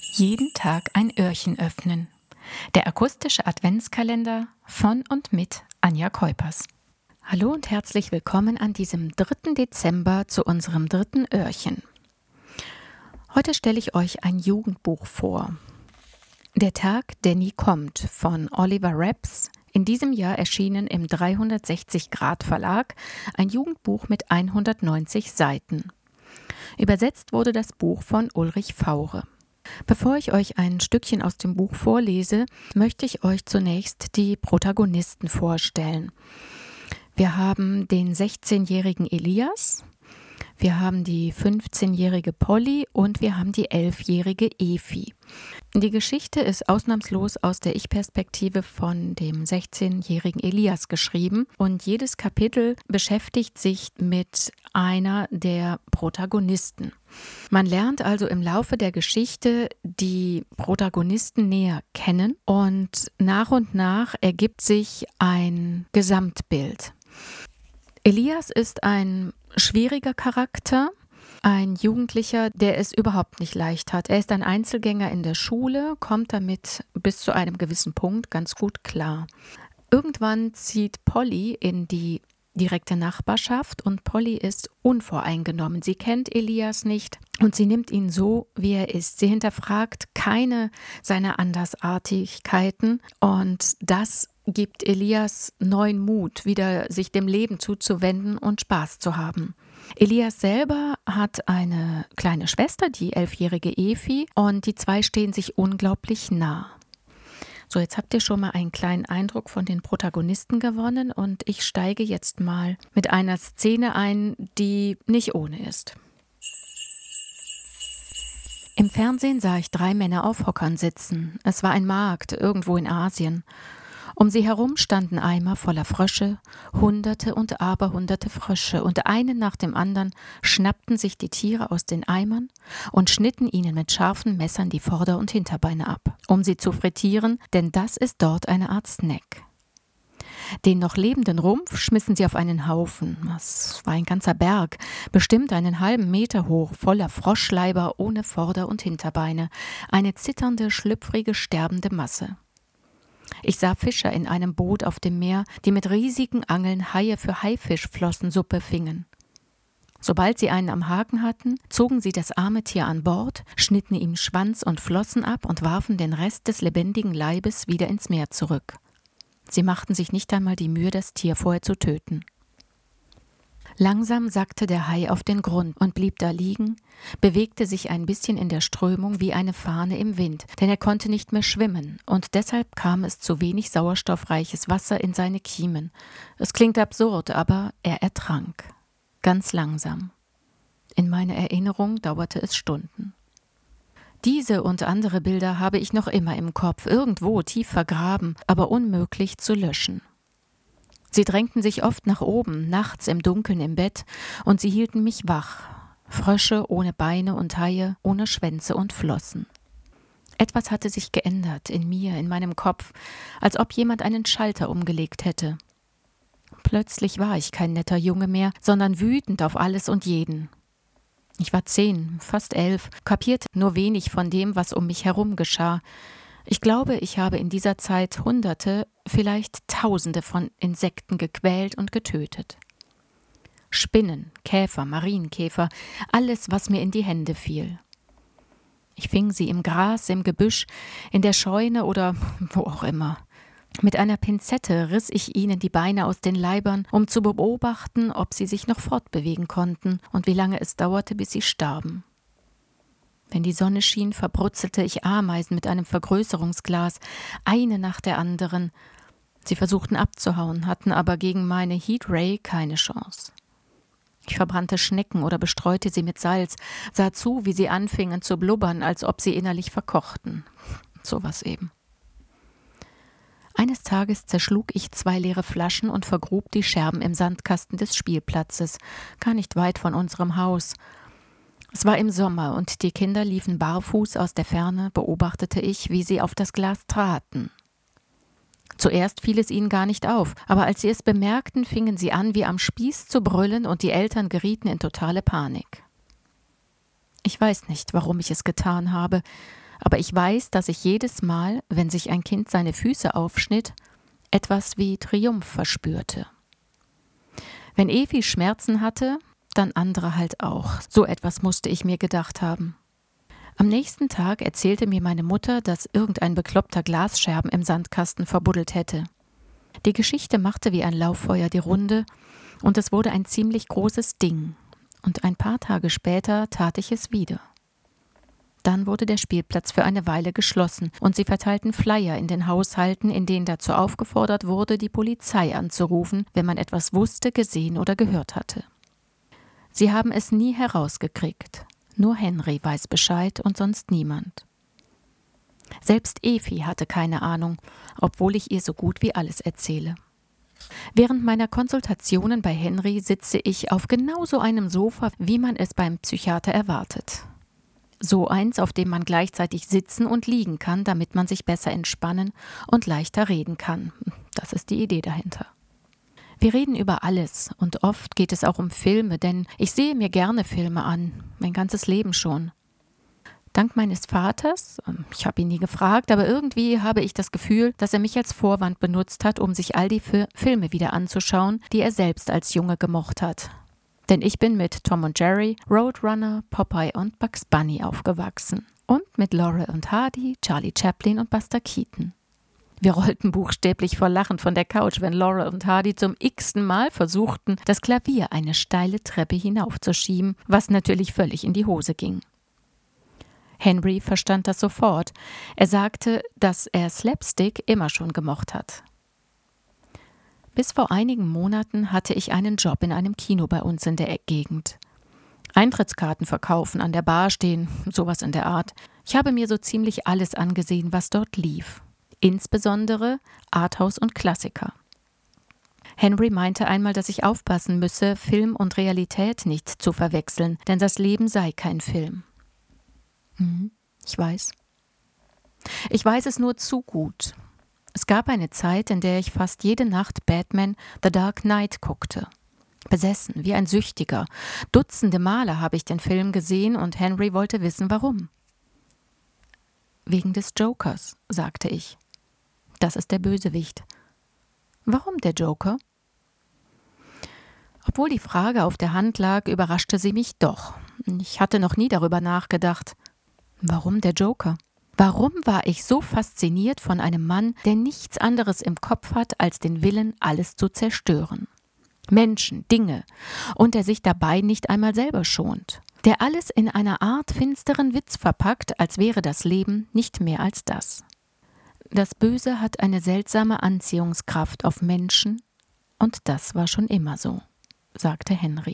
Jeden Tag ein Öhrchen öffnen. Der akustische Adventskalender von und mit Anja Keupers. Hallo und herzlich willkommen an diesem 3. Dezember zu unserem 3. Öhrchen. Heute stelle ich euch ein Jugendbuch vor. Der Tag, der nie kommt von Oliver Reps, in diesem Jahr erschienen im 360 Grad Verlag, ein Jugendbuch mit 190 Seiten. Übersetzt wurde das Buch von Ulrich Faure. Bevor ich euch ein Stückchen aus dem Buch vorlese, möchte ich euch zunächst die Protagonisten vorstellen. Wir haben den 16-jährigen Elias, wir haben die 15-jährige Polly und wir haben die 11-jährige Efi. Die Geschichte ist ausnahmslos aus der Ich-Perspektive von dem 16-jährigen Elias geschrieben und jedes Kapitel beschäftigt sich mit einer der Protagonisten. Man lernt also im Laufe der Geschichte die Protagonisten näher kennen und nach ergibt sich ein Gesamtbild. Elias ist ein schwieriger Charakter, ein Jugendlicher, der es überhaupt nicht leicht hat. Er ist ein Einzelgänger in der Schule, kommt damit bis zu einem gewissen Punkt ganz gut klar. Irgendwann zieht Polly in die direkte Nachbarschaft und Polly ist unvoreingenommen. Sie kennt Elias nicht und sie nimmt ihn so, wie er ist. Sie hinterfragt keine seiner Andersartigkeiten und das gibt Elias neuen Mut, wieder sich dem Leben zuzuwenden und Spaß zu haben. Elias selber hat eine kleine Schwester, die 11-jährige Efi, und die zwei stehen sich unglaublich nah. So, jetzt habt ihr schon mal einen kleinen Eindruck von den Protagonisten gewonnen und ich steige jetzt mal mit einer Szene ein, die nicht ohne ist. Im Fernsehen sah ich 3 Männer auf Hockern sitzen. Es war ein Markt irgendwo in Asien. Um sie herum standen Eimer voller Frösche, Hunderte und Aberhunderte Frösche, und einen nach dem anderen schnappten sich die Tiere aus den Eimern und schnitten ihnen mit scharfen Messern die Vorder- und Hinterbeine ab, um sie zu frittieren, denn das ist dort eine Art Snack. Den noch lebenden Rumpf schmissen sie auf einen Haufen. Das war ein ganzer Berg, bestimmt einen halben Meter hoch, voller Froschleiber ohne Vorder- und Hinterbeine, eine zitternde, schlüpfrige, sterbende Masse. Ich sah Fischer in einem Boot auf dem Meer, die mit riesigen Angeln Haie für Haifischflossensuppe fingen. Sobald sie einen am Haken hatten, zogen sie das arme Tier an Bord, schnitten ihm Schwanz und Flossen ab und warfen den Rest des lebendigen Leibes wieder ins Meer zurück. Sie machten sich nicht einmal die Mühe, das Tier vorher zu töten. Langsam sackte der Hai auf den Grund und blieb da liegen, bewegte sich ein bisschen in der Strömung wie eine Fahne im Wind, denn er konnte nicht mehr schwimmen und deshalb kam es zu wenig sauerstoffreiches Wasser in seine Kiemen. Es klingt absurd, aber er ertrank. Ganz langsam. In meiner Erinnerung dauerte es Stunden. Diese und andere Bilder habe ich noch immer im Kopf, irgendwo tief vergraben, aber unmöglich zu löschen. Sie drängten sich oft nach oben, nachts im Dunkeln im Bett, und sie hielten mich wach. Frösche ohne Beine und Haie ohne Schwänze und Flossen. Etwas hatte sich geändert in mir, in meinem Kopf, als ob jemand einen Schalter umgelegt hätte. Plötzlich war ich kein netter Junge mehr, sondern wütend auf alles und jeden. Ich war 10, fast 11, kapierte nur wenig von dem, was um mich herum geschah. Ich glaube, ich habe in dieser Zeit Hunderte, vielleicht Tausende von Insekten gequält und getötet. Spinnen, Käfer, Marienkäfer, alles, was mir in die Hände fiel. Ich fing sie im Gras, im Gebüsch, in der Scheune oder wo auch immer. Mit einer Pinzette riss ich ihnen die Beine aus den Leibern, um zu beobachten, ob sie sich noch fortbewegen konnten und wie lange es dauerte, bis sie starben. Wenn die Sonne schien, verbrutzelte ich Ameisen mit einem Vergrößerungsglas, eine nach der anderen. Sie versuchten abzuhauen, hatten aber gegen meine Heatray keine Chance. Ich verbrannte Schnecken oder bestreute sie mit Salz, sah zu, wie sie anfingen zu blubbern, als ob sie innerlich verkochten. Sowas eben. Eines Tages zerschlug ich 2 leere Flaschen und vergrub die Scherben im Sandkasten des Spielplatzes, gar nicht weit von unserem Haus. Es war im Sommer und die Kinder liefen barfuß aus der Ferne, beobachtete ich, wie sie auf das Glas traten. Zuerst fiel es ihnen gar nicht auf, aber als sie es bemerkten, fingen sie an, wie am Spieß zu brüllen und die Eltern gerieten in totale Panik. Ich weiß nicht, warum ich es getan habe, Aber ich weiß, dass ich jedes Mal, wenn sich ein Kind seine Füße aufschnitt, etwas wie Triumph verspürte. Wenn Evi Schmerzen hatte, dann andere halt auch. So etwas musste ich mir gedacht haben. Am nächsten Tag erzählte mir meine Mutter, dass irgendein Bekloppter Glasscherben im Sandkasten verbuddelt hätte. Die Geschichte machte wie ein Lauffeuer die Runde und es wurde ein ziemlich großes Ding. Und ein paar Tage später tat ich es wieder. Dann wurde der Spielplatz für eine Weile geschlossen und sie verteilten Flyer in den Haushalten, in denen dazu aufgefordert wurde, die Polizei anzurufen, wenn man etwas wusste, gesehen oder gehört hatte. Sie haben es nie herausgekriegt. Nur Henry weiß Bescheid und sonst niemand. Selbst Evi hatte keine Ahnung, obwohl ich ihr so gut wie alles erzähle. Während meiner Konsultationen bei Henry sitze ich auf genau so einem Sofa, wie man es beim Psychiater erwartet. So eins, auf dem man gleichzeitig sitzen und liegen kann, damit man sich besser entspannen und leichter reden kann. Das ist die Idee dahinter. Wir reden über alles und oft geht es auch um Filme, denn ich sehe mir gerne Filme an, mein ganzes Leben schon. Dank meines Vaters, ich habe ihn nie gefragt, aber irgendwie habe ich das Gefühl, dass er mich als Vorwand benutzt hat, um sich all die Filme wieder anzuschauen, die er selbst als Junge gemocht hat. Denn ich bin mit Tom und Jerry, Roadrunner, Popeye und Bugs Bunny aufgewachsen. Und mit Laurel und Hardy, Charlie Chaplin und Buster Keaton. Wir rollten buchstäblich vor Lachen von der Couch, wenn Laurel und Hardy zum x-ten Mal versuchten, das Klavier eine steile Treppe hinaufzuschieben, was natürlich völlig in die Hose ging. Henry verstand das sofort. Er sagte, dass er Slapstick immer schon gemocht hat. Bis vor einigen Monaten hatte ich einen Job in einem Kino bei uns in der Gegend. Eintrittskarten verkaufen, an der Bar stehen, sowas in der Art. Ich habe mir so ziemlich alles angesehen, was dort lief. Insbesondere Arthouse und Klassiker. Henry meinte einmal, dass ich aufpassen müsse, Film und Realität nicht zu verwechseln, denn das Leben sei kein Film. Ich weiß. Ich weiß es nur zu gut. Es gab eine Zeit, in der ich fast jede Nacht Batman The Dark Knight guckte. Besessen, wie ein Süchtiger. Dutzende Male habe ich den Film gesehen und Henry wollte wissen, warum. Wegen des Jokers, sagte ich. Das ist der Bösewicht. Warum der Joker? Obwohl die Frage auf der Hand lag, überraschte sie mich doch. Ich hatte noch nie darüber nachgedacht. Warum der Joker? Warum war ich so fasziniert von einem Mann, der nichts anderes im Kopf hat, als den Willen, alles zu zerstören? Menschen, Dinge, und der sich dabei nicht einmal selber schont. Der alles in einer Art finsteren Witz verpackt, als wäre das Leben nicht mehr als das. Das Böse hat eine seltsame Anziehungskraft auf Menschen, und das war schon immer so, sagte Henry.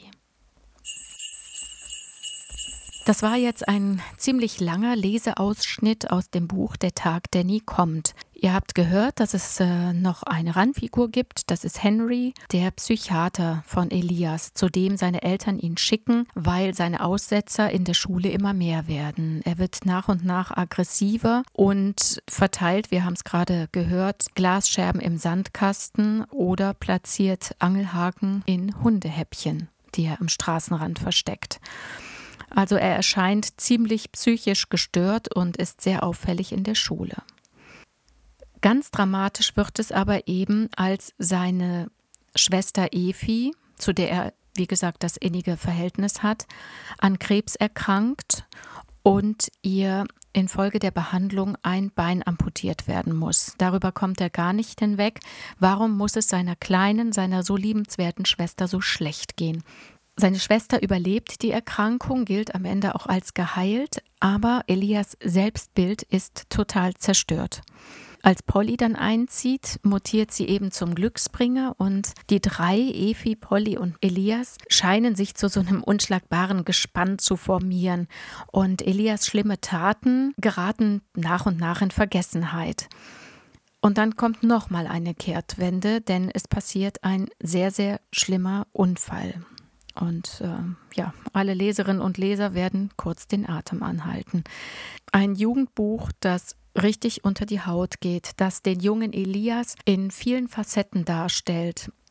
Das war jetzt ein ziemlich langer Leseausschnitt aus dem Buch Der Tag, der nie kommt. Ihr habt gehört, dass es noch eine Randfigur gibt. Das ist Henry, der Psychiater von Elias, zu dem seine Eltern ihn schicken, weil seine Aussetzer in der Schule immer mehr werden. Er wird nach und nach aggressiver und verteilt, wir haben es gerade gehört, Glasscherben im Sandkasten oder platziert Angelhaken in Hundehäppchen, die er am Straßenrand versteckt. Also er erscheint ziemlich psychisch gestört und ist sehr auffällig in der Schule. Ganz dramatisch wird es aber eben, als seine Schwester Evi, zu der er, wie gesagt, das innige Verhältnis hat, an Krebs erkrankt und ihr infolge der Behandlung ein Bein amputiert werden muss. Darüber kommt er gar nicht hinweg. Warum muss es seiner kleinen, seiner so liebenswerten Schwester so schlecht gehen? Seine Schwester überlebt die Erkrankung, gilt am Ende auch als geheilt, aber Elias' Selbstbild ist total zerstört. Als Polly dann einzieht, mutiert sie eben zum Glücksbringer und die drei, Evi, Polly und Elias, scheinen sich zu so einem unschlagbaren Gespann zu formieren. Und Elias' schlimme Taten geraten nach und nach in Vergessenheit. Und dann kommt nochmal eine Kehrtwende, denn es passiert ein sehr, sehr schlimmer Unfall. Und alle Leserinnen und Leser werden kurz den Atem anhalten. Ein Jugendbuch, das richtig unter die Haut geht, das den jungen Elias in vielen Facetten darstellt.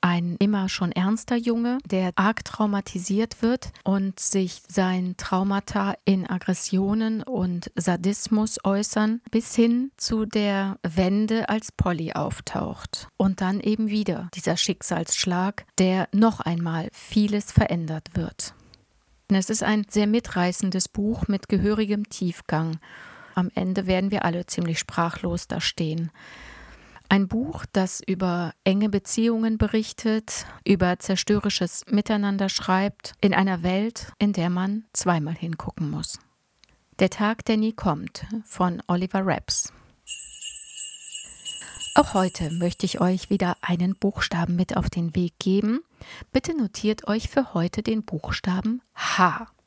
ein immer schon ernster Junge, der arg traumatisiert wird und sich sein Traumata in Aggressionen und Sadismus äußern, bis hin zu der Wende, als Polly auftaucht. Und dann eben wieder dieser Schicksalsschlag, der noch einmal vieles verändert wird. Es ist ein sehr mitreißendes Buch mit gehörigem Tiefgang. Am Ende werden wir alle ziemlich sprachlos da stehen. Ein Buch, das über enge Beziehungen berichtet, über zerstörerisches Miteinander schreibt, in einer Welt, in der man zweimal hingucken muss. Der Tag, der nie kommt, von Oliver Reps. Auch heute möchte ich euch wieder einen Buchstaben mit auf den Weg geben. Bitte notiert euch für heute den Buchstaben H.